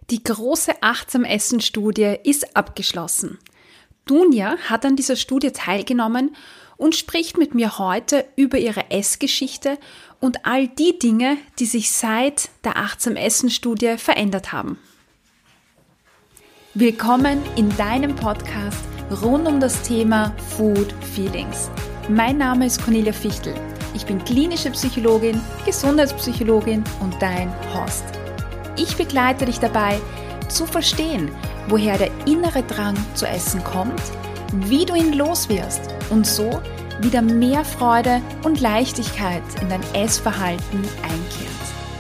Die große Achtsam-Essen-Studie ist abgeschlossen. Dunja hat an dieser Studie teilgenommen und spricht mit mir heute über ihre Essgeschichte und all die Dinge, die sich seit der Achtsam-Essen-Studie verändert haben. Willkommen in deinem Podcast rund um das Thema Food Feelings. Mein Name ist Cornelia Fichtel. Ich bin klinische Psychologin, Gesundheitspsychologin und dein Host. Ich begleite dich dabei, zu verstehen, woher der innere Drang zu essen kommt, wie du ihn loswirst und so wieder mehr Freude und Leichtigkeit in dein Essverhalten einkehrt.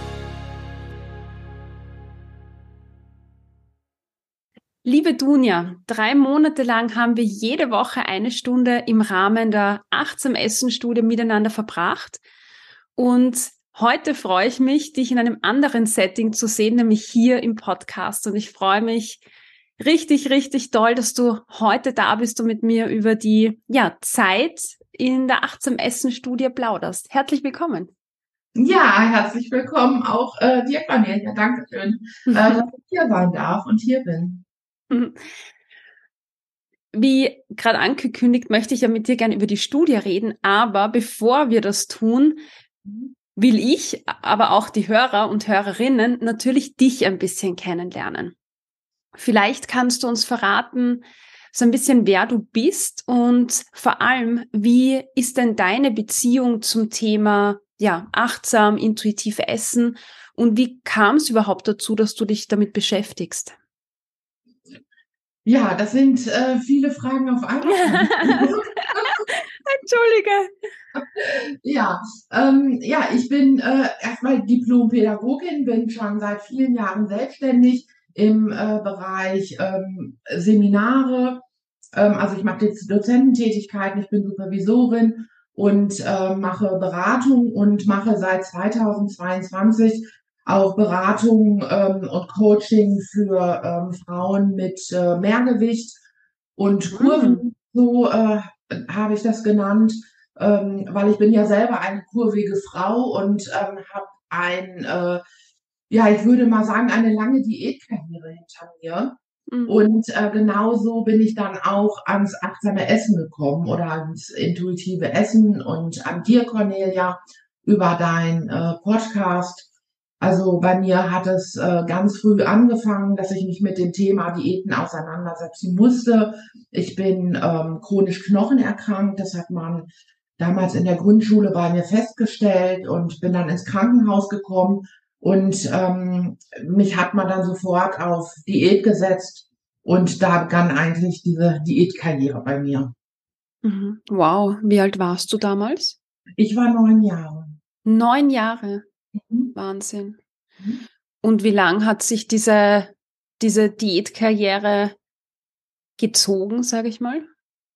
Liebe Dunja, 3 Monate lang haben wir jede Woche 1 Stunde im Rahmen der Achtsam-Essen-Studie miteinander verbracht und heute freue ich mich, dich in einem anderen Setting zu sehen, nämlich hier im Podcast. Und ich freue mich richtig, richtig doll, dass du heute da bist und mit mir über die Zeit in der Achtsam-Essen-Studie plauderst. Herzlich willkommen. Ja, herzlich willkommen auch dir, Cornelia. Dankeschön, dass ich hier sein darf und hier bin. Wie gerade angekündigt, möchte ich ja mit dir gerne über die Studie reden, aber bevor wir das tun, will ich, aber auch die Hörer und Hörerinnen natürlich dich ein bisschen kennenlernen. Vielleicht kannst du uns verraten, so ein bisschen, wer du bist und vor allem, wie ist denn deine Beziehung zum Thema, achtsam, intuitiv Essen und wie kam es überhaupt dazu, dass du dich damit beschäftigst? Ja, das sind viele Fragen auf einmal. Entschuldige. Ja, ich bin erstmal Diplom-Pädagogin, bin schon seit vielen Jahren selbstständig im Bereich Seminare. Also ich mache jetzt Dozententätigkeiten, ich bin Supervisorin und mache Beratung und mache seit 2022 auch Beratung und Coaching für Frauen mit Mehrgewicht und Kurven. So habe ich das genannt, weil ich bin ja selber eine kurvige Frau und habe ich würde mal sagen, eine lange Diätkarriere hinter mir. Und genauso bin ich dann auch ans achtsame Essen gekommen oder ans intuitive Essen und an dir, Cornelia, über dein Podcast. Also bei mir hat es ganz früh angefangen, dass ich mich mit dem Thema Diäten auseinandersetzen musste. Ich bin chronisch knochenerkrankt. Das hat man damals in der Grundschule bei mir festgestellt und bin dann ins Krankenhaus gekommen. Und mich hat man dann sofort auf Diät gesetzt und da begann eigentlich diese Diätkarriere bei mir. Wow, wie alt warst du damals? Ich war 9 Jahre. 9 Jahre? Wahnsinn. Und wie lang hat sich diese Diätkarriere gezogen, sage ich mal?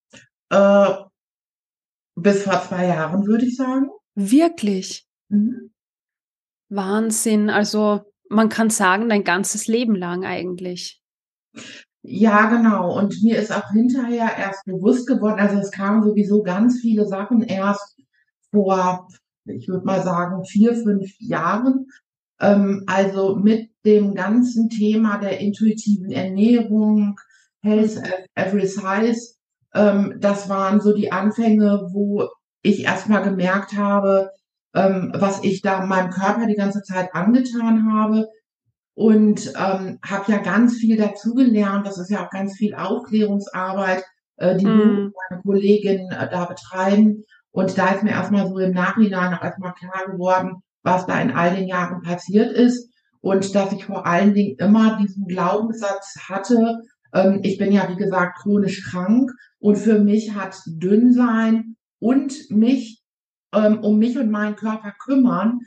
Bis vor 2 Jahren, würde ich sagen. Wirklich? Wahnsinn. Also man kann sagen, dein ganzes Leben lang eigentlich. Ja, genau. Und mir ist auch hinterher erst bewusst geworden, also es kamen sowieso ganz viele Sachen erst vor, ich würde mal sagen, 4, 5 Jahren. Also mit dem ganzen Thema der intuitiven Ernährung, Health at Every Size, das waren so die Anfänge, wo ich erstmal gemerkt habe, was ich da meinem Körper die ganze Zeit angetan habe. Und habe ja ganz viel dazugelernt. Das ist ja auch ganz viel Aufklärungsarbeit, die du und meine Kollegin da betreiben. Und da ist mir erstmal so im Nachhinein auch erstmal klar geworden, was da in all den Jahren passiert ist. Und dass ich vor allen Dingen immer diesen Glaubenssatz hatte, ich bin ja, wie gesagt, chronisch krank. Und für mich hat Dünnsein und mich, um mich und meinen Körper kümmern,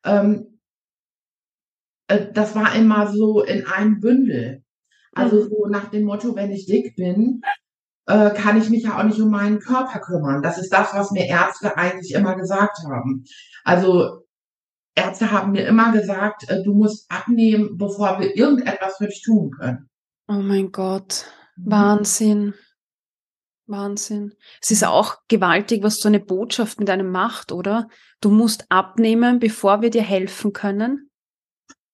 das war immer so in einem Bündel. Also so nach dem Motto, wenn ich dick bin, kann ich mich ja auch nicht um meinen Körper kümmern. Das ist das, was mir Ärzte eigentlich immer gesagt haben. Also Ärzte haben mir immer gesagt, du musst abnehmen, bevor wir irgendetwas für dich tun können. Oh mein Gott, Wahnsinn. Wahnsinn. Es ist auch gewaltig, was so eine Botschaft mit einem macht, oder? Du musst abnehmen, bevor wir dir helfen können.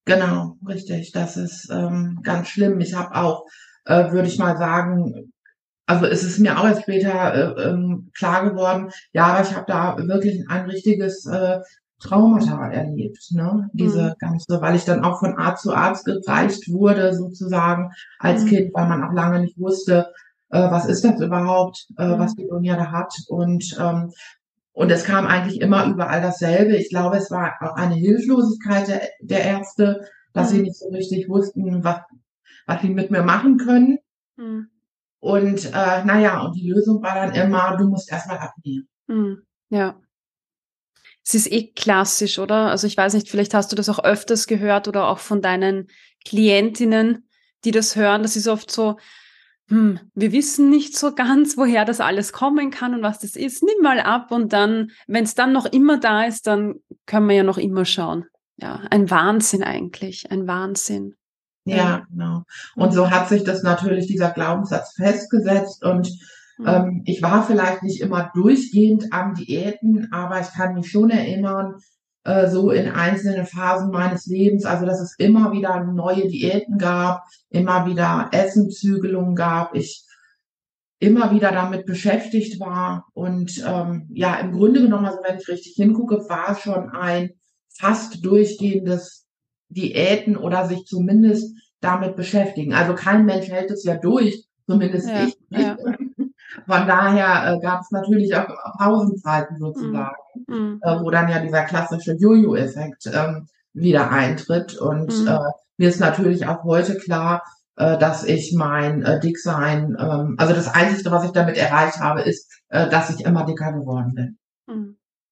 Genau, richtig. Das ist ganz schlimm. Ich habe auch, würde ich mal sagen, also es ist mir auch erst später klar geworden, ja, aber ich habe da wirklich ein richtiges Traumata erlebt, ne? Mhm. Diese ganze, weil ich dann auch von Arzt zu Arzt gereicht wurde, sozusagen als Mhm. Kind, weil man auch lange nicht wusste, was ist das überhaupt, was Mhm. die Dunja da hat. Und es kam eigentlich immer überall dasselbe. Ich glaube, es war auch eine Hilflosigkeit der Ärzte, dass sie Mhm. nicht so richtig wussten, was sie mit mir machen können. Mhm. Und naja, und die Lösung war dann immer, du musst erstmal abnehmen. Mhm. Ja. Es ist eh klassisch, oder? Also ich weiß nicht, vielleicht hast du das auch öfters gehört oder auch von deinen Klientinnen, die das hören. Das ist oft so, wir wissen nicht so ganz, woher das alles kommen kann und was das ist. Nimm mal ab und dann, wenn es dann noch immer da ist, dann können wir ja noch immer schauen. Ja, ein Wahnsinn eigentlich, ein Wahnsinn. Ja. Ja, genau. Und Mhm. so hat sich das natürlich, dieser Glaubenssatz festgesetzt. Und Mhm. ich war vielleicht nicht immer durchgehend am Diäten, aber ich kann mich schon erinnern, so in einzelnen Phasen meines Lebens, also dass es immer wieder neue Diäten gab, immer wieder Essenszügelungen gab, ich immer wieder damit beschäftigt war. Und ja, im Grunde genommen, also wenn ich richtig hingucke, war es schon ein fast durchgehendes Diäten oder sich zumindest damit beschäftigen. Also kein Mensch hält es ja durch, zumindest Ja, ich nicht. ja. Von daher gab es natürlich auch Pausenzeiten Mhm. sozusagen, Mhm. wo dann ja dieser klassische Jojo-Effekt wieder eintritt. Und Mhm. mir ist natürlich auch heute klar, dass ich mein Dicksein, also das Einzige, was ich damit erreicht habe, ist, dass ich immer dicker geworden bin. Mhm.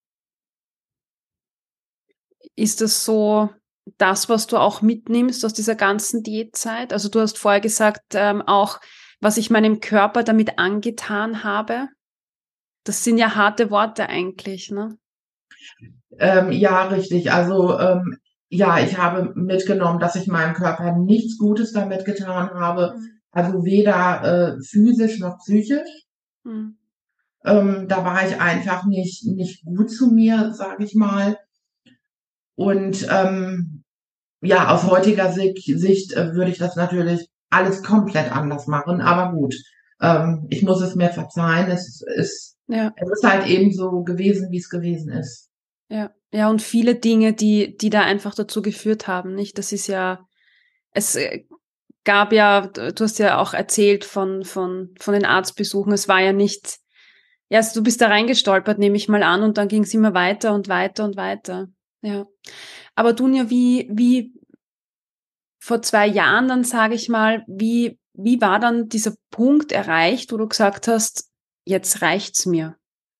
Ist das so das, was du auch mitnimmst aus dieser ganzen Diätzeit? Also du hast vorher gesagt, auch was ich meinem Körper damit angetan habe. Das sind ja harte Worte eigentlich, ne? Ja, richtig. Also ja, ich habe mitgenommen, dass ich meinem Körper nichts Gutes damit getan habe. Mhm. Also weder physisch noch psychisch. Mhm. Da war ich einfach nicht gut zu mir, sage ich mal. Und ja, aus heutiger Sicht würde ich das natürlich alles komplett anders machen, aber gut, ich muss es mir verzeihen. Ja, Es ist halt eben so gewesen, wie es gewesen ist. ja. Ja, und viele Dinge, die da einfach dazu geführt haben, nicht? Das ist ja, es gab ja, du hast ja auch erzählt von den Arztbesuchen. Es war ja nicht, ja, also du bist da reingestolpert, nehme ich mal an, und dann ging es immer weiter und weiter und weiter. Ja. Aber Dunja, wie vor 2 Jahren dann, sage ich mal, wie war dann dieser Punkt erreicht, wo du gesagt hast: „Jetzt reicht's mir?“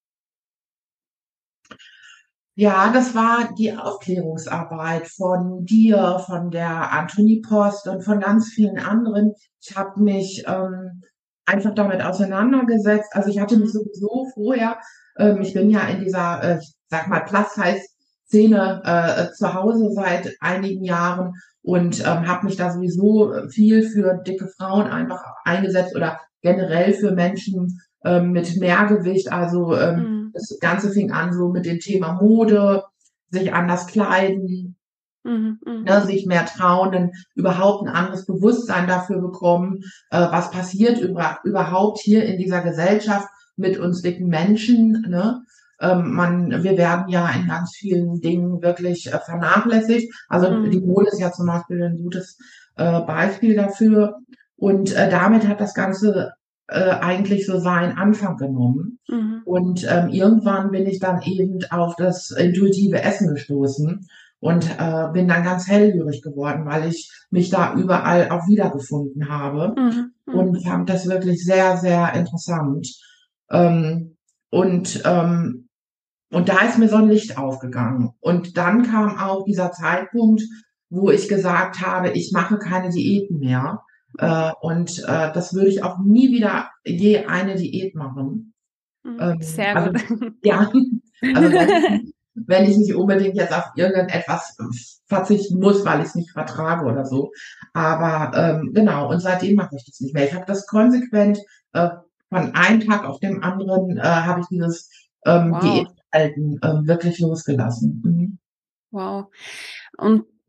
Ja, das war die Aufklärungsarbeit von dir, von der Anthony Post und von ganz vielen anderen. Ich habe mich einfach damit auseinandergesetzt. Also ich hatte mich Mhm. sowieso vorher, ich bin ja in dieser, ich sag mal, Plus-Size-Szene zu Hause seit einigen Jahren und habe mich da sowieso viel für dicke Frauen einfach eingesetzt oder generell für Menschen mit Mehrgewicht. Also Mhm. das Ganze fing an so mit dem Thema Mode, sich anders kleiden, Mhm. Mhm. ne, sich mehr trauen, dann überhaupt ein anderes Bewusstsein dafür bekommen, was passiert überhaupt hier in dieser Gesellschaft mit uns dicken Menschen, ne? Wir werden ja in ganz vielen Dingen wirklich vernachlässigt. Also die Mhm. Mode ist ja zum Beispiel ein gutes Beispiel dafür. Und damit hat das Ganze eigentlich so seinen Anfang genommen. Mhm. Und irgendwann bin ich dann eben auf das intuitive Essen gestoßen und bin dann ganz hellhörig geworden, weil ich mich da überall auch wiedergefunden habe Mhm. Mhm. und fand das wirklich sehr, sehr interessant. Ähm, und, ähm, und da ist mir so ein Licht aufgegangen. Und dann kam auch dieser Zeitpunkt, wo ich gesagt habe, ich mache keine Diäten mehr. Das würde ich auch nie wieder je eine Diät machen. Mhm. Sehr Also gut. ja, also wenn ich nicht unbedingt jetzt auf irgendetwas verzichten muss, weil ich es nicht vertrage oder so. Aber genau, und seitdem mache ich das nicht mehr. Ich habe das konsequent äh, von einem Tag auf den anderen habe ich dieses Wow, Diätverhalten wirklich losgelassen. Mhm. wow. Und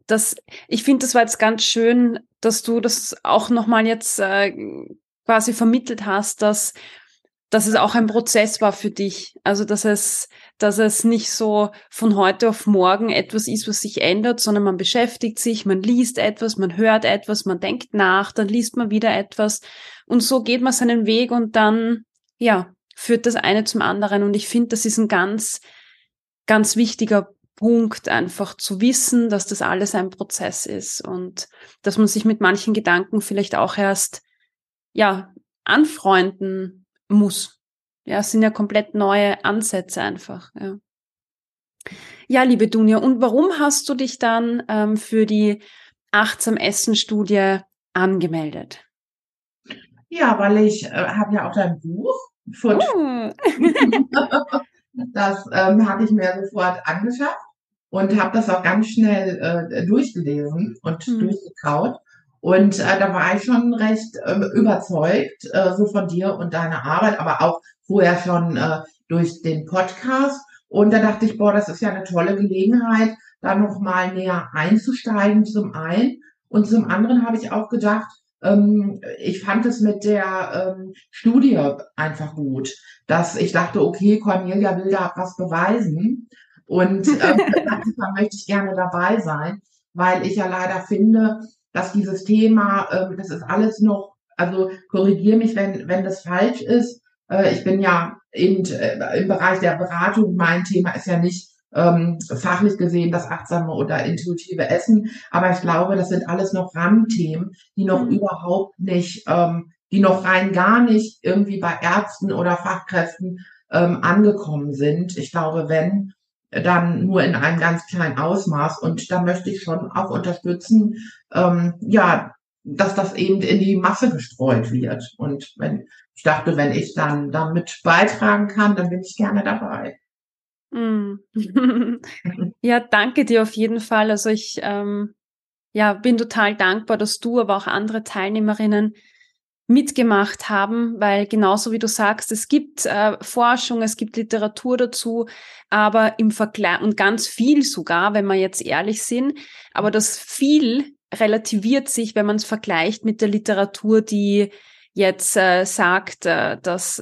ich finde, das war jetzt ganz schön, dass du das auch nochmal jetzt quasi vermittelt hast, dass es auch ein Prozess war für dich. Also, dass es nicht so von heute auf morgen etwas ist, was sich ändert, sondern man beschäftigt sich, man liest etwas, man hört etwas, man denkt nach, dann liest man wieder etwas und so geht man seinen Weg und dann, ja, führt das eine zum anderen. Und ich finde, das ist ein ganz, ganz wichtiger Punkt, einfach zu wissen, dass das alles ein Prozess ist und dass man sich mit manchen Gedanken vielleicht auch erst, ja, anfreunden muss. Ja, es sind ja komplett neue Ansätze einfach. Ja, ja, liebe Dunja, und warum hast du dich dann für die Achtsam-Essen-Studie angemeldet? Ja, weil ich habe ja auch dein Buch Food. Oh. Das hatte ich mir sofort angeschafft und habe das auch ganz schnell durchgelesen und durchgekaut. Und da war ich schon recht überzeugt, so von dir und deiner Arbeit, aber auch vorher schon durch den Podcast. Und da dachte ich, boah, das ist ja eine tolle Gelegenheit, da noch mal näher einzusteigen zum einen. Und zum anderen habe ich auch gedacht, ich fand es mit der Studie einfach gut, dass ich dachte, okay, Cornelia will da was beweisen und da möchte ich gerne dabei sein, weil ich ja leider finde, dass dieses Thema, das ist alles noch, also korrigiere mich, wenn das falsch ist. Ich bin ja eben im Bereich der Beratung, mein Thema ist ja nicht fachlich gesehen das achtsame oder intuitive Essen, aber ich glaube, das sind alles noch Randthemen, die noch überhaupt nicht, die noch rein gar nicht irgendwie bei Ärzten oder Fachkräften angekommen sind. Ich glaube, wenn, dann nur in einem ganz kleinen Ausmaß. Und da möchte ich schon auch unterstützen, ja, dass das eben in die Masse gestreut wird. Und ich dachte, wenn ich dann damit beitragen kann, dann bin ich gerne dabei. Ja, danke dir auf jeden Fall. Also ich ja, bin total dankbar, dass du, aber auch andere Teilnehmerinnen mitgemacht haben, weil genauso wie du sagst, es gibt Forschung, es gibt Literatur dazu, aber im Vergleich und ganz viel sogar, wenn wir jetzt ehrlich sind, aber das viel relativiert sich, wenn man es vergleicht mit der Literatur, die jetzt sagt, dass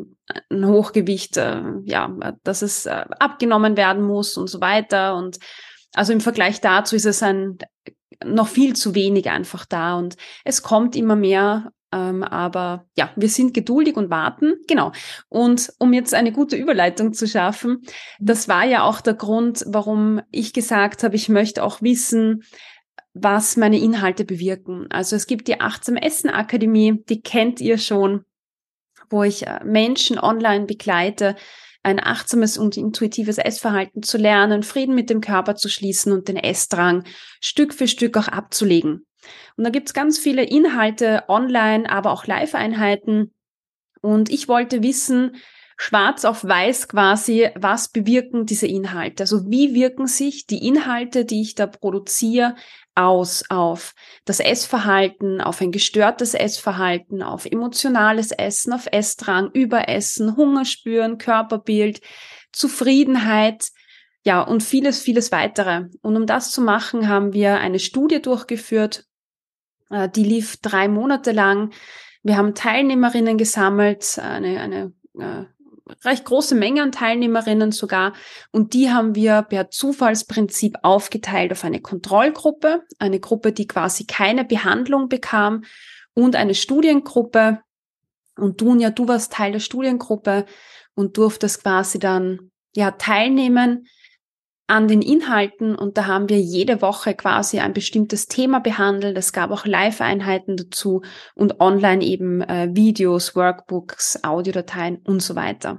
ein Hochgewicht, ja, dass es abgenommen werden muss und so weiter. Und also im Vergleich dazu ist es noch viel zu wenig einfach da und es kommt immer mehr. Aber ja, wir sind geduldig und warten. Genau. Und um jetzt eine gute Überleitung zu schaffen, das war ja auch der Grund, warum ich gesagt habe, ich möchte auch wissen, was meine Inhalte bewirken. Also es gibt die Achtsam Essen Akademie, die kennt ihr schon, wo ich Menschen online begleite, ein achtsames und intuitives Essverhalten zu lernen, Frieden mit dem Körper zu schließen und den Essdrang Stück für Stück auch abzulegen. Und da gibt's ganz viele Inhalte online, aber auch Live-Einheiten. Und ich wollte wissen, schwarz auf weiß quasi, was bewirken diese Inhalte? Also wie wirken sich die Inhalte, die ich da produziere, aus auf das Essverhalten, auf ein gestörtes Essverhalten, auf emotionales Essen, auf Essdrang, Überessen, Hunger spüren, Körperbild, Zufriedenheit, ja, und vieles, vieles weitere. Und um das zu machen, haben wir eine Studie durchgeführt, die lief 3 Monate lang. Wir haben Teilnehmerinnen gesammelt, eine recht große Menge an Teilnehmerinnen sogar. Und die haben wir per Zufallsprinzip aufgeteilt auf eine Kontrollgruppe, eine Gruppe, die quasi keine Behandlung bekam und eine Studiengruppe. Und Dunja, du warst Teil der Studiengruppe und durftest quasi dann ja teilnehmen an den Inhalten und da haben wir jede Woche quasi ein bestimmtes Thema behandelt. Es gab auch Live-Einheiten dazu und online eben Videos, Workbooks, Audiodateien und so weiter.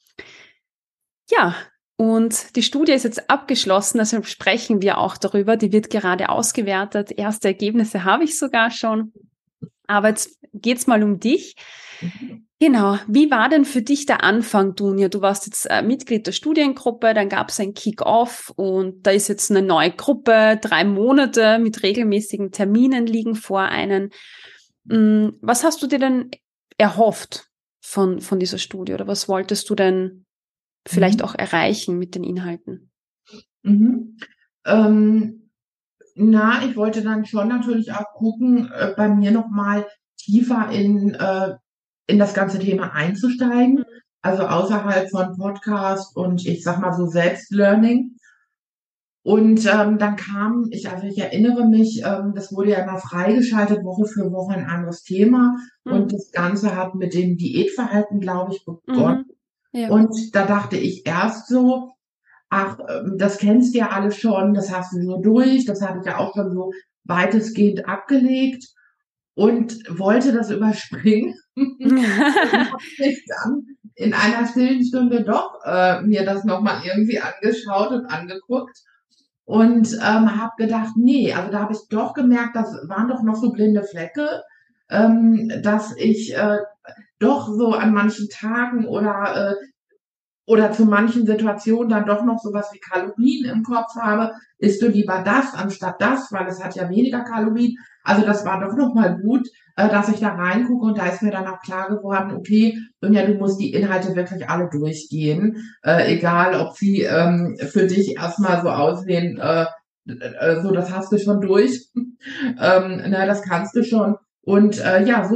Ja, und die Studie ist jetzt abgeschlossen, also sprechen wir auch darüber. Die wird gerade ausgewertet. Erste Ergebnisse habe ich sogar schon. Aber jetzt geht's mal um dich. Genau. Wie war denn für dich der Anfang, Dunja? Du warst jetzt Mitglied der Studiengruppe, dann gab es ein Kick-Off und da ist jetzt eine neue Gruppe, 3 Monate mit regelmäßigen Terminen liegen vor einem. Was hast du dir denn erhofft von dieser Studie oder was wolltest du denn vielleicht auch erreichen mit den Inhalten? Mhm. Ähm, Ich wollte dann schon natürlich auch gucken, bei mir nochmal tiefer in das ganze Thema einzusteigen, also außerhalb von Podcast und ich sag mal so Selbstlearning. Und dann ich erinnere mich, das wurde ja immer freigeschaltet, Woche für Woche ein anderes Thema. Und das Ganze hat mit dem Diätverhalten, glaube ich, begonnen. Ja. Und da dachte ich erst so, ach, das kennst du ja alles schon, das hast du so durch, das habe ich ja auch schon so weitestgehend abgelegt und wollte das überspringen. Und habe mich dann in einer stillen Stunde doch mir das nochmal irgendwie angeschaut und angeguckt. Und habe gedacht, nee, also da habe ich doch gemerkt, das waren doch noch so blinde Flecke, dass ich doch so an manchen Tagen oder zu manchen Situationen dann doch noch sowas wie Kalorien im Kopf habe. Isst du lieber das anstatt das, weil es hat ja weniger Kalorien. Also das war doch noch mal gut, dass ich da reingucke und da ist mir dann auch klar geworden, okay, Sonja, du musst die Inhalte wirklich alle durchgehen, egal ob sie für dich erstmal so aussehen, so das hast du schon durch, das kannst du schon. Und ja,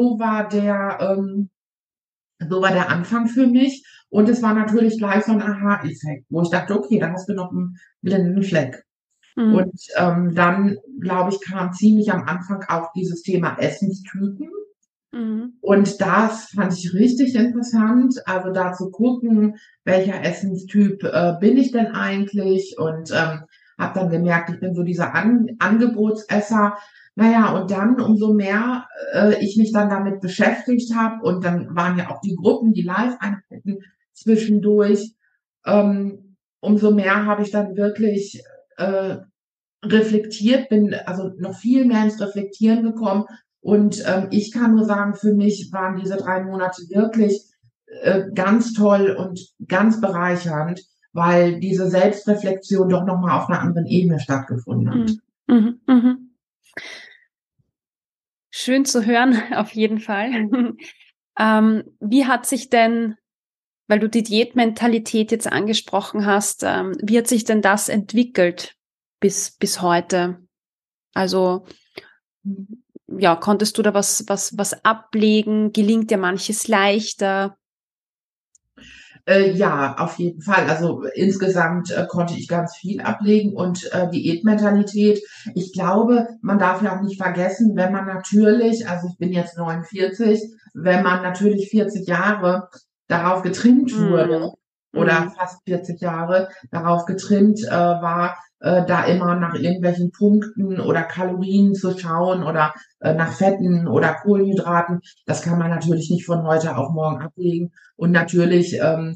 so war der Anfang für mich. Und es war natürlich gleich so ein Aha-Effekt, wo ich dachte, okay, da hast du noch einen blinden Fleck. Und dann, glaube ich, kam ziemlich am Anfang auch dieses Thema Essenstypen. Und das fand ich richtig interessant. Also da zu gucken, welcher Essenstyp bin ich denn eigentlich? Und habe dann gemerkt, ich bin so dieser Angebotsesser. Und dann umso mehr ich mich dann damit beschäftigt habe und dann waren ja auch die Gruppen, die Live-Einheiten zwischendurch, umso mehr habe ich dann wirklich reflektiert, bin also noch viel mehr ins Reflektieren gekommen und ich kann nur sagen, für mich waren diese 3 Monate wirklich ganz toll und ganz bereichernd, weil diese Selbstreflexion doch nochmal auf einer anderen Ebene stattgefunden hat. Schön zu hören, auf jeden Fall. Wie hat sich denn, weil du die Diätmentalität jetzt angesprochen hast, wie hat sich denn das entwickelt bis heute? Also, ja, konntest du da was ablegen? Gelingt dir manches leichter? Ja, auf jeden Fall. Also insgesamt konnte ich ganz viel ablegen und Diätmentalität. Ich glaube, man darf ja auch nicht vergessen, wenn man natürlich, also ich bin jetzt 49, wenn man natürlich 40 Jahre darauf getrimmt wurde oder fast 40 Jahre darauf getrimmt war, da immer nach irgendwelchen Punkten oder Kalorien zu schauen oder nach Fetten oder Kohlenhydraten, das kann man natürlich nicht von heute auf morgen ablegen. Und natürlich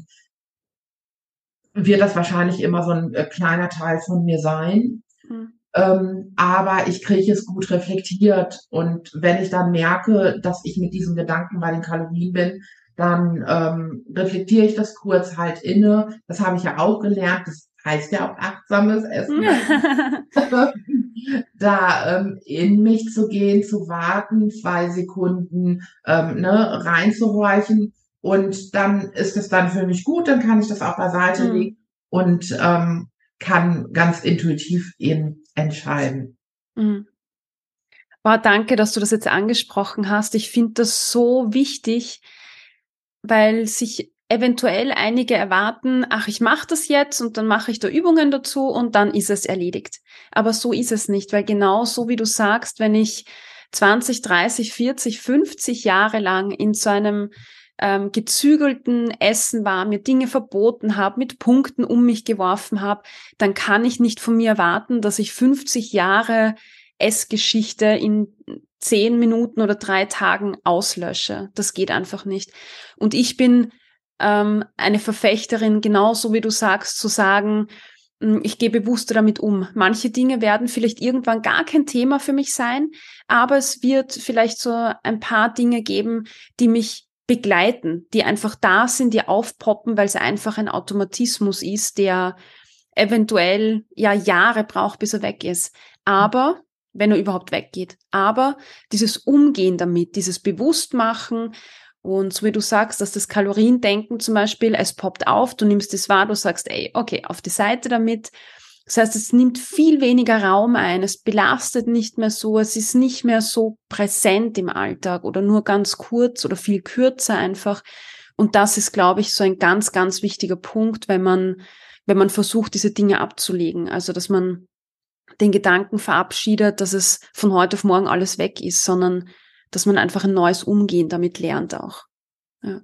wird das wahrscheinlich immer so ein kleiner Teil von mir sein. Aber ich kriege es gut reflektiert. Und wenn ich dann merke, dass ich mit diesen Gedanken bei den Kalorien bin, dann reflektiere ich das kurz halt inne. Das habe ich ja auch gelernt. Das heißt ja auch achtsames Essen. Da in mich zu gehen, zu warten, 2 Sekunden reinzuhorchen. Und dann ist es dann für mich gut, dann kann ich das auch beiseite legen und kann ganz intuitiv eben entscheiden. Boah, danke, dass du das jetzt angesprochen hast. Ich finde das so wichtig, weil sich eventuell einige erwarten, ach, ich mache das jetzt und dann mache ich da Übungen dazu und dann ist es erledigt. Aber so ist es nicht, weil genau so wie du sagst, wenn ich 20, 30, 40, 50 Jahre lang in so einem gezügelten Essen war, mir Dinge verboten habe, mit Punkten um mich geworfen habe, dann kann ich nicht von mir erwarten, dass ich 50 Jahre Essgeschichte in 10 Minuten oder 3 Tagen auslösche. Das geht einfach nicht. Und ich bin eine Verfechterin, genauso wie du sagst, zu sagen, ich gehe bewusster damit um. Manche Dinge werden vielleicht irgendwann gar kein Thema für mich sein, aber es wird vielleicht so ein paar Dinge geben, die mich begleiten, die einfach da sind, die aufpoppen, weil es einfach ein Automatismus ist, der eventuell ja Jahre braucht, bis er weg ist. Aber, wenn er überhaupt weggeht. Aber dieses Umgehen damit, dieses Bewusstmachen und so wie du sagst, dass das Kaloriendenken zum Beispiel, es poppt auf, du nimmst es wahr, du sagst, ey, okay, auf die Seite damit Das heißt, es nimmt viel weniger Raum ein, es belastet nicht mehr so, es ist nicht mehr so präsent im Alltag oder nur ganz kurz oder viel kürzer einfach. Und das ist, glaube ich, so ein ganz, ganz wichtiger Punkt, wenn man versucht, diese Dinge abzulegen. Also, dass man den Gedanken verabschiedet, dass es von heute auf morgen alles weg ist, sondern dass man einfach ein neues Umgehen damit lernt auch. Ja.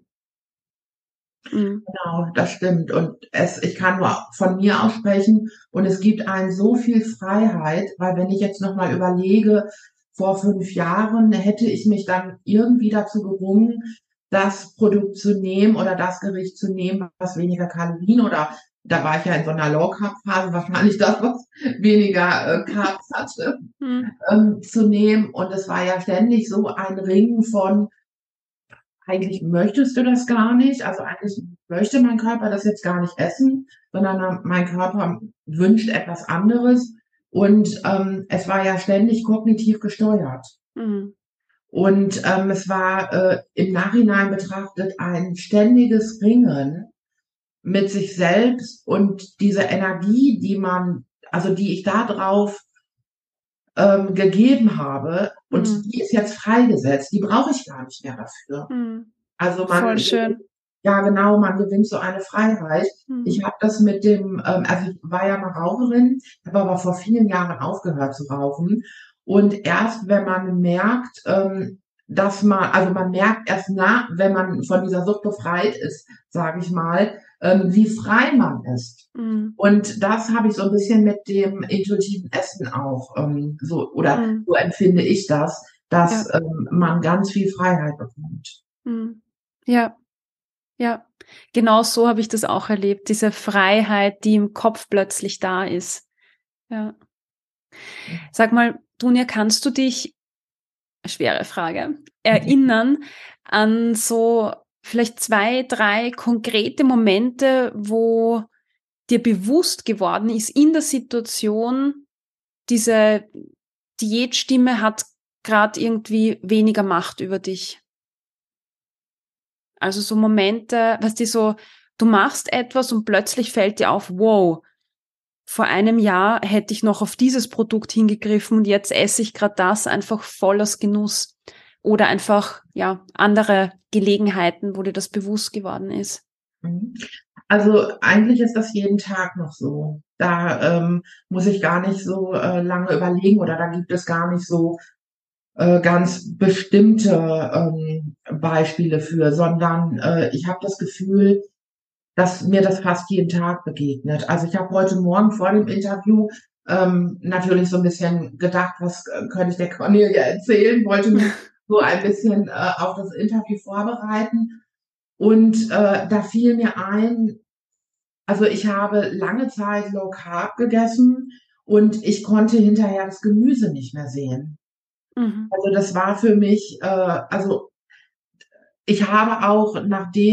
Genau, das stimmt. Und ich kann nur von mir aus sprechen und es gibt einem so viel Freiheit, weil wenn ich jetzt nochmal überlege, vor 5 Jahren hätte ich mich dann irgendwie dazu gerungen, das Produkt zu nehmen oder das Gericht zu nehmen, was weniger Kalorien oder da war ich ja in so einer Low-Carb-Phase, wahrscheinlich das, was weniger Carbs hatte, zu nehmen. Und es war ja ständig so ein Ringen von eigentlich möchtest du das gar nicht. Also eigentlich möchte mein Körper das jetzt gar nicht essen, sondern mein Körper wünscht etwas anderes. Und es war ja ständig kognitiv gesteuert. Mhm. Und es war im Nachhinein betrachtet ein ständiges Ringen mit sich selbst und diese Energie, die ich da drauf gegeben habe und die ist jetzt freigesetzt, die brauche ich gar nicht mehr dafür. Also Voll schön. ja genau, man gewinnt so eine Freiheit. Ich habe das mit dem, also ich war ja mal Raucherin, habe aber vor vielen Jahren aufgehört zu rauchen. Und erst wenn man merkt, also man merkt erst wenn man von dieser Sucht befreit ist, sage ich mal, wie frei man ist. Und das habe ich so ein bisschen mit dem intuitiven Essen auch so empfinde ich das, dass man ganz viel Freiheit bekommt. Ja, ja. Genau so habe ich das auch erlebt, diese Freiheit, die im Kopf plötzlich da ist. Ja. Sag mal, Dunja, kannst du dich, schwere Frage, erinnern an so vielleicht 2, 3 konkrete Momente, wo dir bewusst geworden ist in der Situation, diese Diätstimme hat gerade irgendwie weniger Macht über dich? Also so Momente, weißt du, so, du machst etwas und plötzlich fällt dir auf, wow, vor einem Jahr hätte ich noch auf dieses Produkt hingegriffen und jetzt esse ich gerade das einfach voll aus Genuss. Oder einfach, ja, andere Gelegenheiten, wo dir das bewusst geworden ist. Also eigentlich ist das jeden Tag noch so. Da muss ich gar nicht so lange überlegen oder da gibt es gar nicht so ganz bestimmte Beispiele für, sondern ich habe das Gefühl, dass mir das fast jeden Tag begegnet. Also ich habe heute Morgen vor dem Interview natürlich so ein bisschen gedacht, was könnte ich der Cornelia erzählen, wollte mich so ein bisschen auf das Interview vorbereiten. Und da fiel mir ein, also ich habe lange Zeit Low Carb gegessen und ich konnte hinterher das Gemüse nicht mehr sehen. Also das war für mich, also ich habe auch,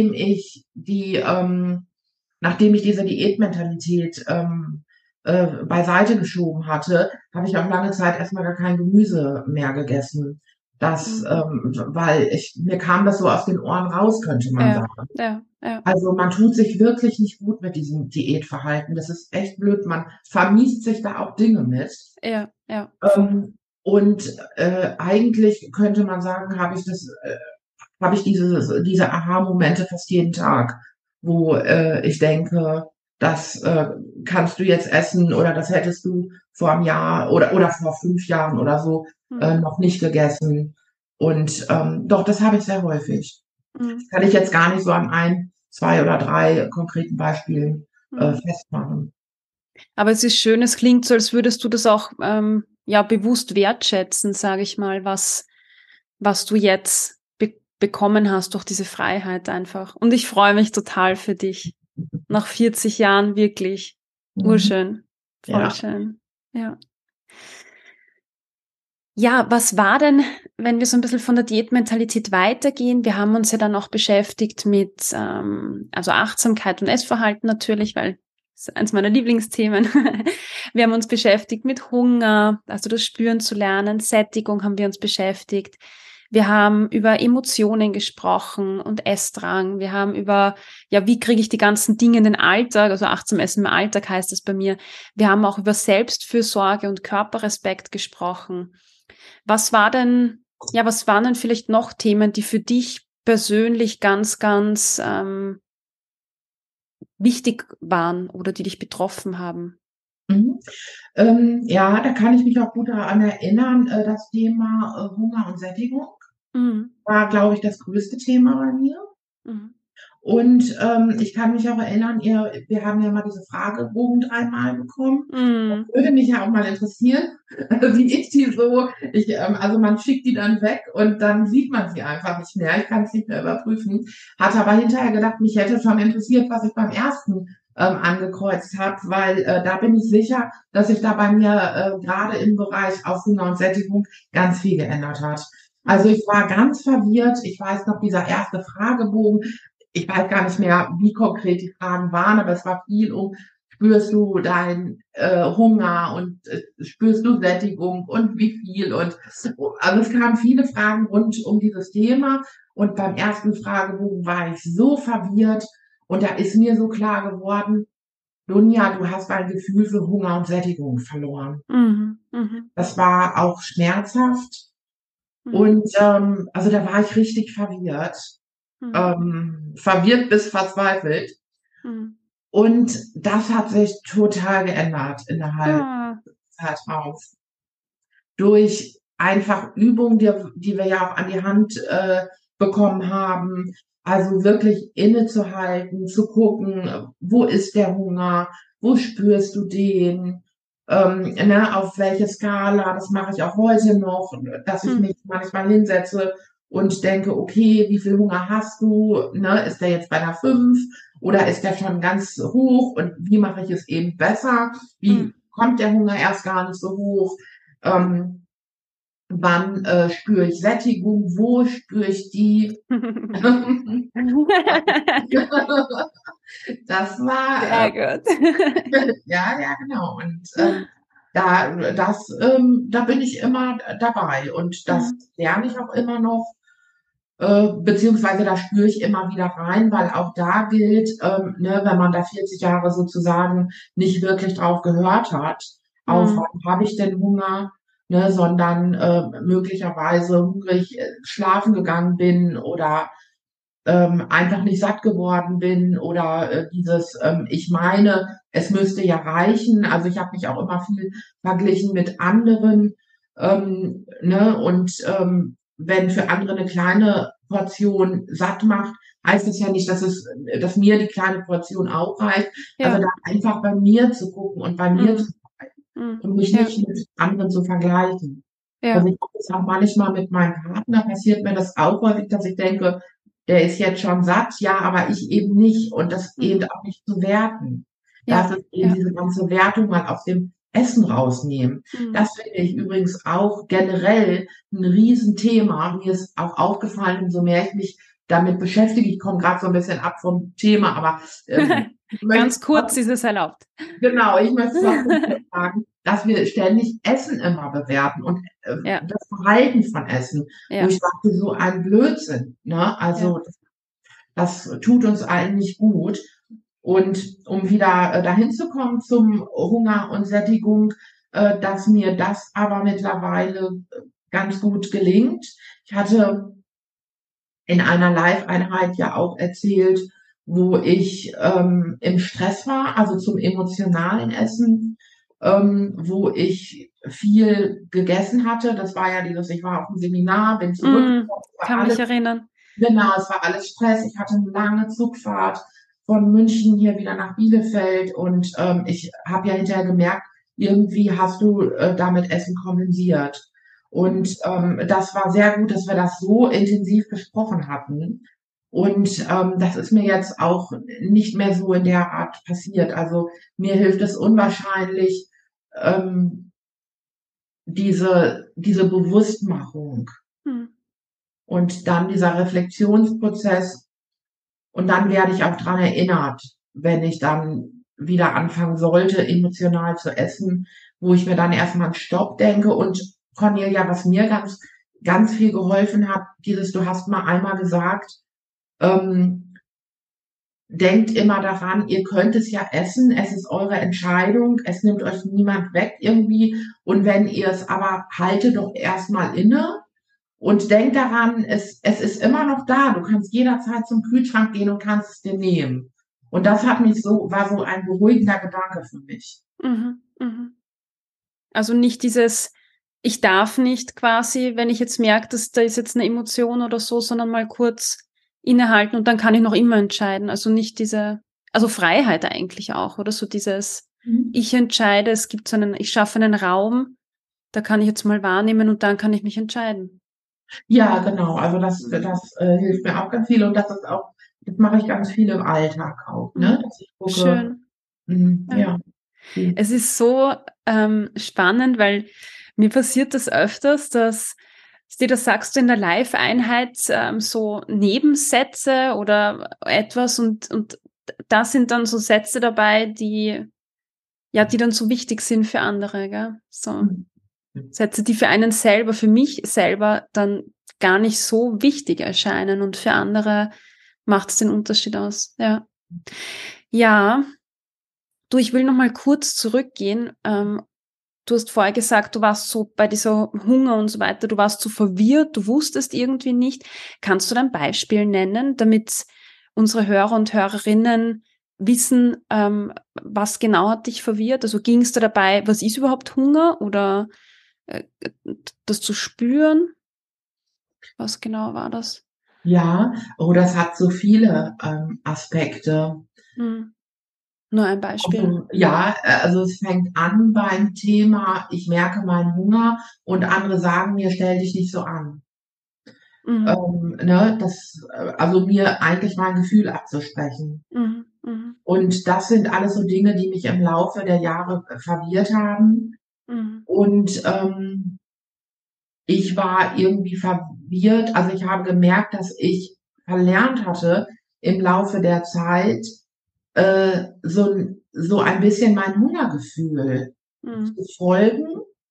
nachdem ich diese Diätmentalität beiseite geschoben hatte, habe ich auch lange Zeit erstmal gar kein Gemüse mehr gegessen. Weil mir kam das so aus den Ohren raus, könnte man sagen. Ja. Also man tut sich wirklich nicht gut mit diesem Diätverhalten. Das ist echt blöd. Man vermiest sich da auch Dinge mit. Ja. Und eigentlich könnte man sagen, habe ich diese Aha-Momente fast jeden Tag, wo ich denke, das kannst du jetzt essen oder das hättest du vor einem Jahr oder vor 5 Jahren oder so noch nicht gegessen. Und doch, das habe ich sehr häufig. Das kann ich jetzt gar nicht so an 1, 2 oder 3 konkreten Beispielen festmachen. Aber es ist schön, es klingt so, als würdest du das auch bewusst wertschätzen, sage ich mal, was du jetzt bekommen hast durch diese Freiheit einfach. Und ich freue mich total für dich. Nach 40 Jahren wirklich. Urschön. Voll schön. Ja. Ja, was war denn, wenn wir so ein bisschen von der Diätmentalität weitergehen? Wir haben uns ja dann auch beschäftigt mit also Achtsamkeit und Essverhalten natürlich, weil das ist eins meiner Lieblingsthemen. Wir haben uns beschäftigt mit Hunger, also das Spüren zu lernen, Sättigung haben wir uns beschäftigt. Wir haben über Emotionen gesprochen und Essdrang. Wir haben über, ja, wie kriege ich die ganzen Dinge in den Alltag, also achtsam Essen im Alltag heißt es bei mir. Wir haben auch über Selbstfürsorge und Körperrespekt gesprochen. Was waren denn vielleicht noch Themen, die für dich persönlich ganz, ganz wichtig waren oder die dich betroffen haben? Mhm. Ja, da kann ich mich auch gut daran erinnern, das Thema, Hunger und Sättigung Mhm. war, glaube ich, das größte Thema bei mir. Mhm. Und, ich kann mich auch erinnern, wir haben ja mal diese Fragebogen dreimal bekommen. Das Mhm. würde mich ja auch mal interessieren, wie ich die so also man schickt die dann weg und dann sieht man sie einfach nicht mehr. Ich kann es nicht mehr überprüfen. Hatte aber hinterher gedacht, mich hätte schon interessiert, was ich beim ersten, angekreuzt habe, weil, da bin ich sicher, dass sich da bei mir, grade im Bereich auf Hunger und Sättigung ganz viel geändert hat. Also, Mhm. ich war ganz verwirrt. Ich weiß noch, dieser erste Fragebogen, ich weiß gar nicht mehr, wie konkret die Fragen waren, aber es war viel um: Spürst du deinen, Hunger und, spürst du Sättigung und wie viel? Und also, es kamen viele Fragen rund um dieses Thema und beim ersten Fragebogen war ich so verwirrt und da ist mir so klar geworden: „Dunja, du hast dein Gefühl für Hunger und Sättigung verloren.“ Mhm. Mhm. Das war auch schmerzhaft Mhm. und, also, da war ich richtig verwirrt, Mhm. verwirrt bis verzweifelt. Mhm. Und das hat sich total geändert innerhalb Ah. Zeitraum. Durch einfach Übungen, die wir ja auch an die Hand, bekommen haben. Also wirklich innezuhalten, zu gucken, wo ist der Hunger? Wo spürst du den? Ne, auf welche Skala? Das mache ich auch heute noch, dass ich Mhm. mich manchmal hinsetze und denke: „Okay, wie viel Hunger hast du? Ne, ist der jetzt bei 'ner 5 oder ist der schon ganz hoch und wie mache ich es eben besser? Mhm. Wie kommt der Hunger erst gar nicht so hoch?“ Ähm, wann, spüre ich Sättigung? Wo spüre ich die? Das war, Sehr gut. ja, ja, genau. Und, da bin ich immer dabei und das Mhm. lerne ich auch immer noch, beziehungsweise da spüre ich immer wieder rein, weil auch da gilt, ne, wenn man da 40 Jahre sozusagen nicht wirklich drauf gehört hat, auf Mhm. wann habe ich denn Hunger, ne, sondern, möglicherweise hungrig, schlafen gegangen bin oder, einfach nicht satt geworden bin oder, ich meine, es müsste ja reichen. Also, ich habe mich auch immer viel verglichen mit anderen, ne, und, wenn für andere 'ne kleine Portion satt macht, heißt es ja nicht, dass mir die kleine Portion auch reicht. Also, da Ja. einfach bei mir zu gucken und bei mir zu Mhm. bleiben Mhm. und mich Ja. nicht mit anderen zu vergleichen. Also, Ja. ich habe das auch manchmal mit meinem Partner passiert mir das auch häufig, dass ich denke: „Der ist jetzt schon satt, ja, aber ich eben nicht“ und das eben Mhm. auch nicht zu werten. Das Ja. ist eben Ja. diese ganze Wertung mal aus dem Essen rausnehmen. Mhm. Das finde ich übrigens auch generell 'n Riesenthema. Mir ist auch aufgefallen, umso mehr ich mich damit beschäftige, ich komme grad so 'n bisschen ab vom Thema, aber, ich möchte Ganz kurz ist es erlaubt. genau, ich möchte trotzdem kurz sagen, dass wir ständig Essen immer bewerten und, Ja. das Verhalten von Essen, wo Ja. ich dachte, so ein Blödsinn, ne? Ja. Also, das tut uns allen nicht gut. Und um wieder, dahin zu kommen zum Hunger und Sättigung, dass mir das aber mittlerweile, ganz gut gelingt. Ich hatte in einer Live-Einheit ja auch erzählt, wo ich, im Stress war, also zum emotionalen Essen, wo ich viel gegessen hatte. Das war ja ich war auf'm Seminar, bin Mhm. zurückgekommen, es war Kann mich alles erinnern. genau, es war alles Stress. Ich hatte 'ne lange Zugfahrt von München hier wieder nach Bielefeld und, ich habe ja hinterher gemerkt, irgendwie hast du, damit Essen kompensiert. Mhm. Und, das war sehr gut, dass wir das so intensiv besprochen hatten. Und, das ist mir jetzt auch nicht mehr so in der Art passiert. Also, mir hilft es unwahrscheinlich, ähm, diese Bewusstmachung Mhm. und dann dieser Reflexionsprozess. Und dann werde ich auch dran erinnert, wenn ich dann wieder anfangen sollte, emotional zu essen, wo ich mir dann erst mal 'n Stopp denke. Und Cornelia, was mir ganz ganz viel geholfen hat, du hast mal einmal gesagt, ähm, denkt immer daran, ihr könnt es ja essen, es ist eure Entscheidung, es nimmt euch niemand weg irgendwie. Und wenn ihr es aber haltet doch erstmal inne und denkt daran, es ist immer noch da. Du kannst jederzeit zum Kühlschrank gehen und kannst es dir nehmen. Und das war so ein beruhigender Gedanke für mich. Mhm. Mhm. Also nicht dieses, ich darf nicht quasi, wenn ich jetzt merke, dass da ist jetzt eine Emotion oder so, sondern mal kurz innehalten und dann kann ich noch immer entscheiden. Also nicht also Freiheit eigentlich auch, oder so dieses, Mhm. ich entscheide, ich schaffe einen Raum, da kann ich jetzt mal wahrnehmen und dann kann ich mich entscheiden. Ja, genau. Also Mhm. hilft mir auch ganz viel und das mache ich ganz viel im Alltag auch, ne? Mhm. Dass ich gucke, Schön. Ja. ja. Mhm. Es ist so spannend, weil mir passiert das öfters, dass dir das sagst du in der Live-Einheit so Nebensätze oder etwas und da sind dann so Sätze dabei, die dann so wichtig sind für andere, gell? So Mhm. Sätze, die für einen selber, für mich selber dann gar nicht so wichtig erscheinen und für andere macht es den Unterschied aus. Ja. Ja, du, ich will noch mal kurz zurückgehen. Du hast vorher gesagt, du warst so bei dieser Hunger und so weiter, du warst so verwirrt, du wusstest irgendwie nicht. Kannst du da ein Beispiel nennen, damit unsere Hörer und Hörerinnen wissen, was genau hat dich verwirrt? Also ging es da dabei, was ist überhaupt Hunger oder äh, das zu spüren? Was genau war das? Ja, oh, das hat so viele, Aspekte. Hm. Nur ein Beispiel. Ja, also es fängt an beim Thema, ich merke meinen Hunger und andere sagen mir: „Stell dich nicht so an." Mhm. Ne, also mir eigentlich mein Gefühl abzusprechen. Mhm. Mhm. Und das sind alles so Dinge, die mich im Laufe der Jahre verwirrt haben. Mhm. Und, ich war irgendwie verwirrt. Also, ich habe gemerkt, dass ich verlernt hatte, im Laufe der Zeit, so ein bisschen mein Hungergefühl Mhm. zu folgen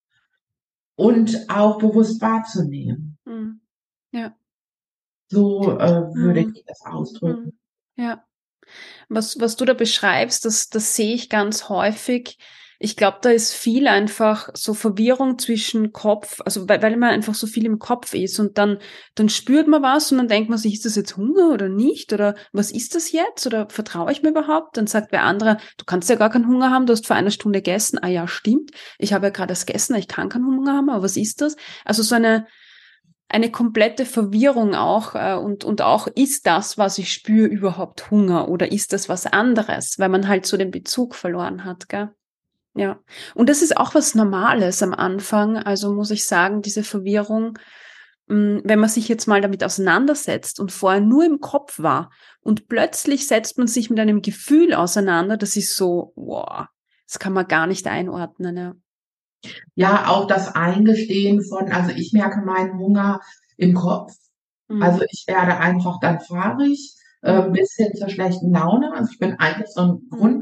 und auch bewusst wahrzunehmen. Mhm. Ja. So, würde Mhm. ich das ausdrücken. Mhm. Ja. Was du da beschreibst, das sehe ich ganz häufig. Ich glaube, da ist viel einfach so Verwirrung zwischen Kopf, also weil man einfach so viel im Kopf ist und dann spürt man was und dann denkt man sich, ist das jetzt Hunger oder nicht? Oder was ist das jetzt? Oder vertraue ich mir überhaupt? Dann sagt wer andere, du kannst ja gar keinen Hunger haben, du hast vor einer Stunde gegessen. Ah ja, stimmt. Ich habe ja gerade erst gegessen, ich kann keinen Hunger haben, aber was ist das? Also so eine komplette Verwirrung auch und auch, ist das, was ich spüre, überhaupt Hunger oder ist das was anderes, weil man halt so den Bezug verloren hat, gell? Ja. Und das ist auch was Normales am Anfang, also muss ich sagen, diese Verwirrung, wenn man sich jetzt mal damit auseinandersetzt und vorher nur im Kopf war und plötzlich setzt man sich mit einem Gefühl auseinander, das ist so, wow, das kann man gar nicht einordnen, ja. Ja, auch das Eingestehen also, ich merke meinen Hunger im Kopf. Mhm. Also, ich werde einfach dann fahrig, Mhm. bis hin zur schlechten Laune. Also, ich bin eigentlich Mhm.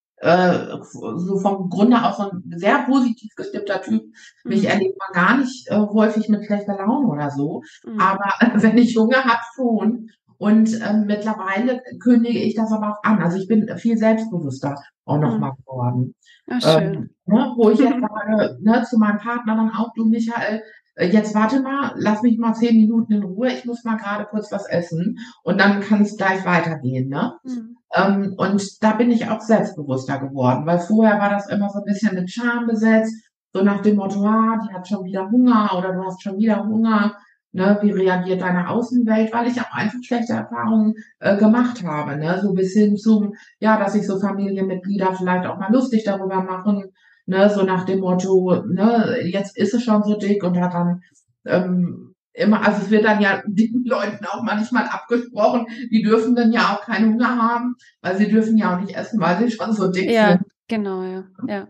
so vom Grunde aus so 'n sehr positiv gestimmter Typ. Mich Mhm. erlebt man gar nicht, häufig mit schlechter Laune oder so. Mhm. Aber wenn ich Hunger habe, schon. Und, mittlerweile kündige ich das aber auch an. Also, ich bin viel selbstbewusster auch noch mal Mhm. geworden. Ah, schön. Ne, wo ich jetzt sage, ne, zu meinem Partner dann auch: „Du Michael, jetzt warte mal, lass mich mal 10 Minuten in Ruhe. Ich muss mal grade kurz was essen und dann kann's gleich weitergehen", ne? Mhm. Und da bin ich auch selbstbewusster geworden, weil vorher war das immer so 'n bisschen mit Scham besetzt, so nach dem Motto: „Ah, die hat schon wieder Hunger" oder „Du hast schon wieder Hunger", ne? Wie reagiert deine Außenwelt? Weil ich auch einfach schlechte Erfahrungen, gemacht habe, ne? So bis hin zum, ja, dass sich so Familienmitglieder vielleicht auch mal lustig darüber machen, ne? So nach dem Motto, ne: „Jetzt ist sie schon so dick" und hat dann, also, es wird dann ja dicken Leuten auch manchmal abgesprochen, die dürfen dann ja auch keinen Hunger haben. Weil sie dürfen ja auch nicht essen, weil sie schon so dick sind. Ja, genau, ja. Ja,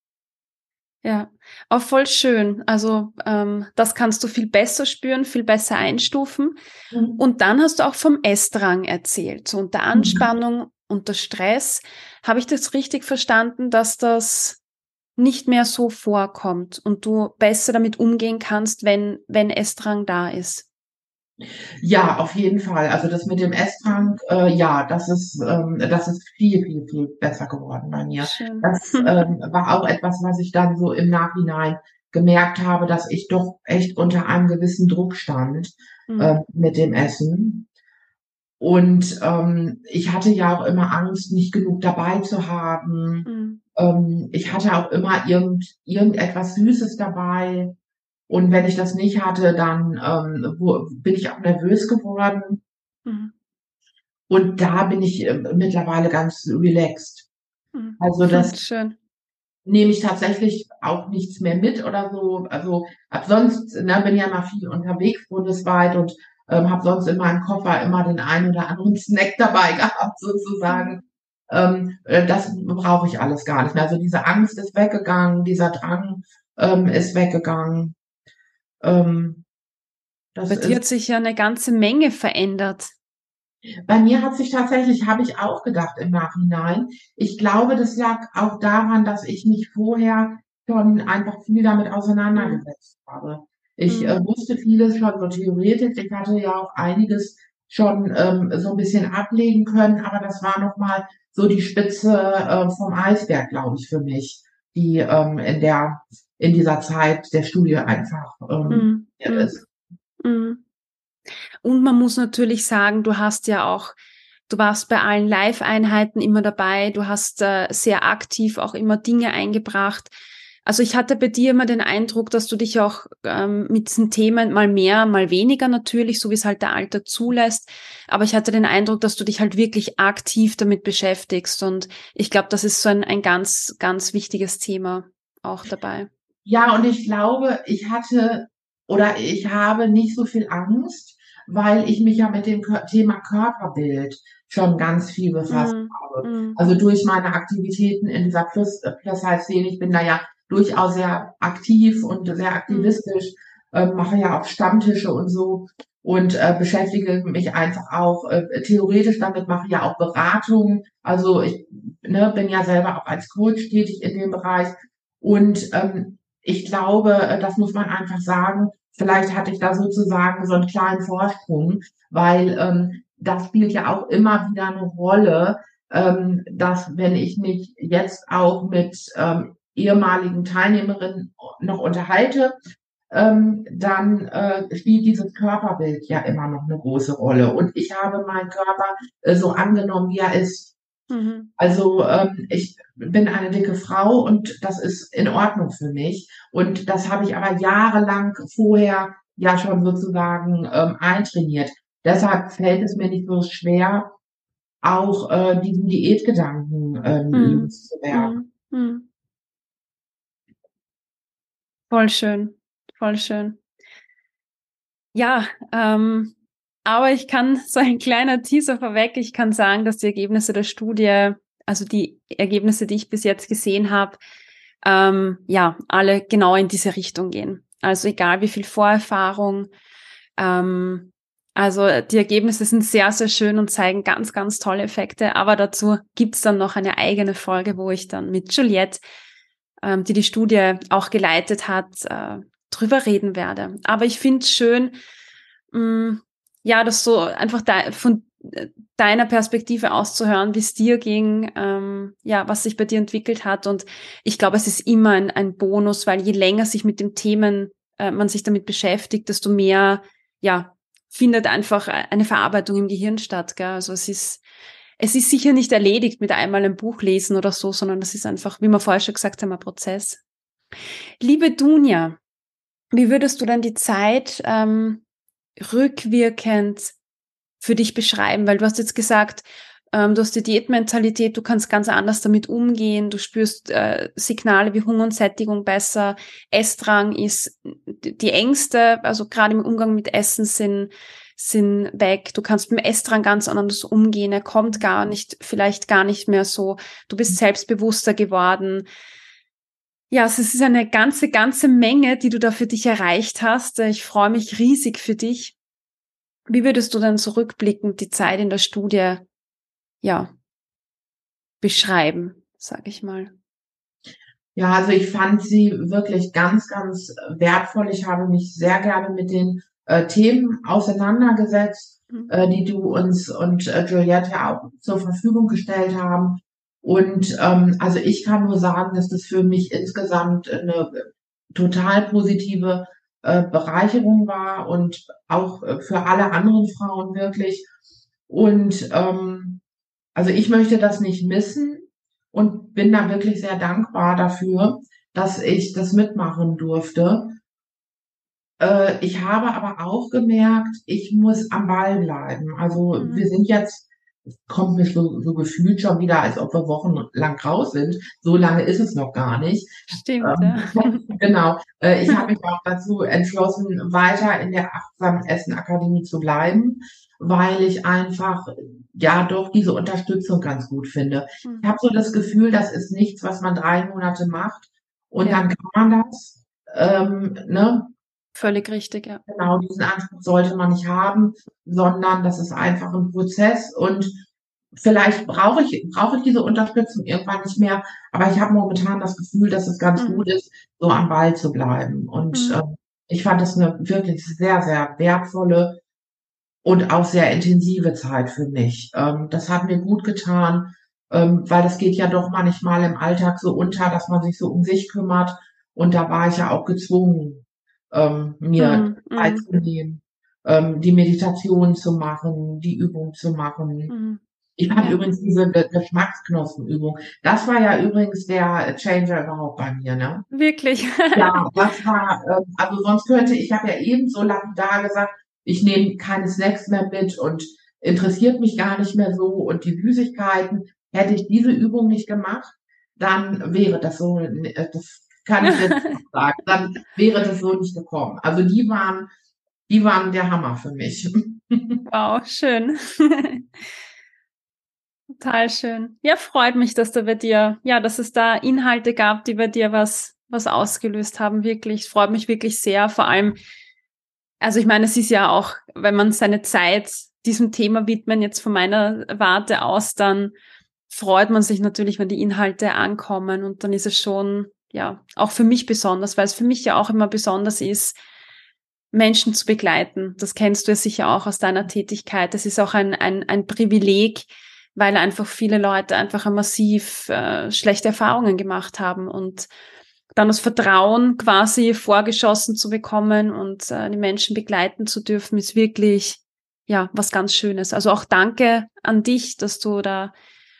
ja. Auch voll schön. Also, das kannst du viel besser spüren, viel besser einstufen. Mhm. Und dann hast du auch vom Essdrang erzählt. So unter Mhm. Anspannung, unter Stress. Habe ich das richtig verstanden, dass das nicht mehr so vorkommt und du besser damit umgehen kannst, wenn Essdrang da ist. Ja, auf jeden Fall. Also das mit dem Essdrang, ja, das ist viel, viel, viel besser geworden bei mir. Schön. Das war auch etwas, was ich dann so im Nachhinein gemerkt habe, dass ich doch echt unter einem gewissen Druck stand Mhm. mit dem Essen. Und ich hatte ja auch immer Angst, nicht genug dabei zu haben. Mhm. Ich hatte auch immer irgendetwas Süßes dabei. Und wenn ich das nicht hatte, dann bin ich auch nervös geworden. Mhm. Und da bin ich mittlerweile ganz relaxed. Mhm. Also das Schön. nehme ich tatsächlich auch nichts mehr mit oder so. Also ab sonst, ne, bin ja mal viel unterwegs bundesweit und habe sonst in meinem Koffer immer den einen oder anderen Snack dabei gehabt, sozusagen. Mhm. Das brauche ich alles gar nicht mehr. Also diese Angst ist weggegangen, dieser Drang ist weggegangen. Ähm, Bei das dir ist hat sich ja eine ganze Menge verändert. Bei mir hat sich tatsächlich, habe ich auch gedacht im Nachhinein. Ich glaube, das lag auch daran, dass ich mich vorher schon einfach viel damit Mhm. auseinandergesetzt habe. Ich Mhm. wusste vieles schon so theoretisch. Ich hatte ja auch einiges schon so ein bisschen ablegen können, aber das war noch mal so die Spitze vom Eisberg, glaube ich, für mich, die in dieser Zeit der Studie einfach Mhm. passiert Mhm. ist. Mhm. Und man muss natürlich sagen, du warst bei allen Live-Einheiten immer dabei, du hast sehr aktiv auch immer Dinge eingebracht. Also ich hatte bei dir immer den Eindruck, dass du dich auch mit diesen Themen mal mehr, mal weniger natürlich, so wie es halt der Alter zulässt. Aber ich hatte den Eindruck, dass du dich halt wirklich aktiv damit beschäftigst. Und ich glaube, das ist so ein ganz, ganz wichtiges Thema auch dabei. Ja, und ich glaube, ich habe nicht so viel Angst, weil ich mich ja mit dem Thema Körperbild schon ganz viel befasst Mm, habe. mm, Also durch meine Aktivitäten in dieser Plus-Size-Szene, ich bin da ja durchaus sehr aktiv und sehr mm, aktivistisch, mache ja auch Stammtische und so und beschäftige mich einfach auch theoretisch damit, mache ja auch Beratungen. Also ich bin ja selber auch als Coach tätig in dem Bereich. Und ich glaube, das muss man einfach sagen, vielleicht hatte ich da sozusagen so einen kleinen Vorsprung, weil das spielt ja auch immer wieder eine Rolle, dass wenn ich mich jetzt auch mit ehemaligen Teilnehmerinnen noch unterhalte, dann spielt dieses Körperbild ja immer noch eine große Rolle. Und ich habe meinen Körper so angenommen, wie er ist. mhm, Also, ich bin eine dicke Frau und das ist in Ordnung für mich. Und das habe ich aber jahrelang vorher ja schon sozusagen, eintrainiert. Deshalb fällt es mir nicht so schwer, auch, diesen Diätgedanken, mm, loszuwerden. mm, mm. Voll schön, voll schön. Ja, aber ich kann so ein kleiner Teaser vorweg, ich kann sagen, dass die Ergebnisse der Studie, also die Ergebnisse, die ich bis jetzt gesehen habe, ja, alle genau in diese Richtung gehen. Also egal wie viel Vorerfahrung, ähm, also die Ergebnisse sind sehr, sehr schön und zeigen ganz, ganz tolle Effekte. Aber dazu gibt's dann noch eine eigene Folge, wo ich dann mit Juliette, die die Studie auch geleitet hat, drüber reden werde. Aber ich finde es schön, mh, ja, das so einfach von deiner Perspektive auszuhören, wie es dir ging, ja, was sich bei dir entwickelt hat. Und ich glaube, es ist immer ein Bonus, weil je länger sich mit dem Themen man sich damit beschäftigt, desto mehr, ja, findet einfach eine Verarbeitung im Gehirn statt. Gell? Also es ist sicher nicht erledigt mit einmal ein Buch lesen oder so, sondern das ist einfach, wie wir vorher schon gesagt haben, ein Prozess. Liebe Dunja, wie würdest du denn die Zeit rückwirkend für dich beschreiben? Weil du hast jetzt gesagt, du hast die Diätmentalität, du kannst ganz anders damit umgehen, du spürst Signale wie Hunger und Sättigung besser, Essdrang ist, die Ängste, also gerade im Umgang mit Essen sind weg, du kannst mit dem Essdrang ganz anders umgehen, er kommt gar nicht, vielleicht gar nicht mehr so, du bist selbstbewusster geworden. Ja, es ist eine ganze, ganze Menge, die du da für dich erreicht hast. Ich freue mich riesig für dich. Wie würdest du denn zurückblickend die Zeit in der Studie, ja, beschreiben, sage ich mal? Ja, also ich fand sie wirklich ganz, ganz wertvoll. Ich habe mich sehr gerne mit den Themen auseinandergesetzt, die du uns und Juliette auch zur Verfügung gestellt haben. Und also ich kann nur sagen, dass das für mich insgesamt eine total positive Bereicherung war und auch für alle anderen Frauen wirklich. Und also ich möchte das nicht missen und bin da wirklich sehr dankbar dafür, dass ich das mitmachen durfte. Ich habe aber auch gemerkt, ich muss am Ball bleiben. Also wir sind jetzt, es kommt mir so gefühlt schon wieder, als ob wir wochenlang raus sind. So lange ist es noch gar nicht. Stimmt, ja. Genau. Ich habe mich auch dazu entschlossen, weiter in der Achtsam Essen Akademie zu bleiben, weil ich einfach ja doch diese Unterstützung ganz gut finde. Ich habe so das Gefühl, das ist nichts, was man 3 Monate macht und dann kann man das. Ne? Völlig richtig, ja. Genau, diesen Anspruch sollte man nicht haben, sondern das ist einfach ein Prozess und vielleicht brauche ich diese Unterstützung irgendwann nicht mehr, aber ich habe momentan das Gefühl, dass es ganz gut ist, so am Ball zu bleiben. Und ich fand das eine wirklich sehr, sehr wertvolle und auch sehr intensive Zeit für mich. Das hat mir gut getan, weil das geht ja doch manchmal im Alltag so unter, dass man sich so um sich kümmert. Und da war ich ja auch gezwungen, mir Zeit zu nehmen, die Meditation zu machen, die Übung zu machen. Ich fand übrigens diese Geschmacksknospenübung, das war ja übrigens der Changer überhaupt bei mir, ne? Wirklich? Ja, das war, also sonst könnte ich habe ja eben so lapidar gesagt, ich nehme keine Snacks mehr mit und interessiert mich gar nicht mehr so und die Süßigkeiten. Hätte ich diese Übung nicht gemacht, dann wäre das so, das kann ich jetzt sagen, dann wäre das so nicht gekommen. Also die waren der Hammer für mich. Wow, schön. Total schön. Ja, freut mich, dass da bei dir, ja, dass es da Inhalte gab, die bei dir was ausgelöst haben, wirklich. Es freut mich wirklich sehr. Vor allem, also ich meine, es ist ja auch, wenn man seine Zeit diesem Thema widmen, jetzt von meiner Warte aus, dann freut man sich natürlich, wenn die Inhalte ankommen und dann ist es schon, ja, auch für mich besonders, weil es für mich ja auch immer besonders ist, Menschen zu begleiten. Das kennst du ja sicher auch aus deiner Tätigkeit. Das ist auch ein Privileg, weil einfach viele Leute einfach massiv schlechte Erfahrungen gemacht haben und dann das Vertrauen quasi vorgeschossen zu bekommen und die Menschen begleiten zu dürfen, ist wirklich, ja, was ganz Schönes. Also auch danke an dich, dass du da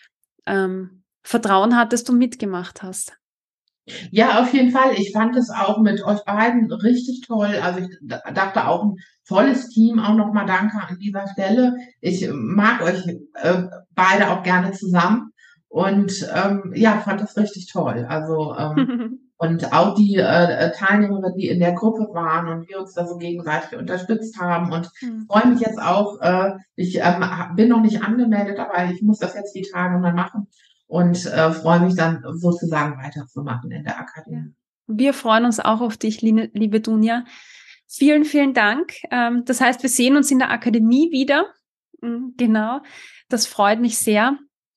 Vertrauen hattest und mitgemacht hast. Ja, auf jeden Fall. Ich fand es auch mit euch beiden richtig toll. Also ich dachte auch ein tolles Team. Auch nochmal danke an dieser Stelle. Ich mag euch beide auch gerne zusammen und ja, fand das richtig toll. Also und auch die Teilnehmer, die in der Gruppe waren und wir uns da so gegenseitig unterstützt haben und freue mich jetzt auch. Ich bin noch nicht angemeldet, aber ich muss das jetzt die Tage mal machen. Und freue mich dann sozusagen weiterzumachen in der Akademie. Wir freuen uns auch auf dich, liebe Dunja. Vielen, vielen Dank. Das heißt, wir sehen uns in der Akademie wieder. Genau, das freut mich sehr.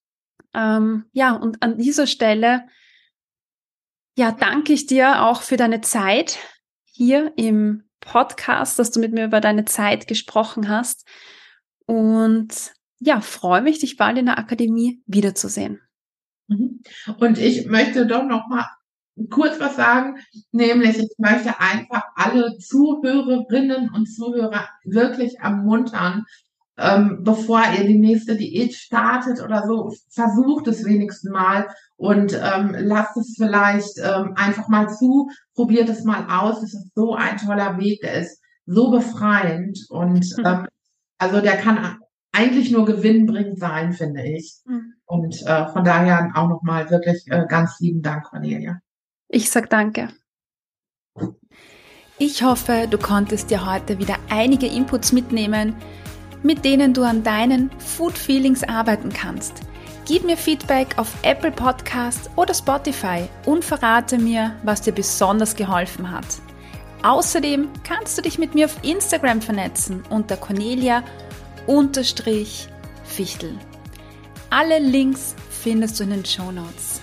Ja, und an dieser Stelle, ja, danke ich dir auch für deine Zeit hier im Podcast, dass du mit mir über deine Zeit gesprochen hast. Und ja, freue mich, dich bald in der Akademie wiederzusehen. Und ich möchte doch noch mal kurz was sagen, nämlich ich möchte einfach alle Zuhörerinnen und Zuhörer wirklich ermuntern, bevor ihr die nächste Diät startet oder so, versucht es wenigstens mal und lasst es vielleicht einfach mal zu, probiert es mal aus. Es ist so ein toller Weg, der ist so befreiend und also der kann eigentlich nur gewinnbringend sein, finde ich. Und von daher auch nochmal wirklich ganz lieben Dank, Cornelia. Ich sag danke. Ich hoffe, du konntest dir heute wieder einige Inputs mitnehmen, mit denen du an deinen Food Feelings arbeiten kannst. Gib mir Feedback auf Apple Podcasts oder Spotify und verrate mir, was dir besonders geholfen hat. Außerdem kannst du dich mit mir auf Instagram vernetzen unter Cornelia_Fichtel. Alle Links findest du in den Shownotes.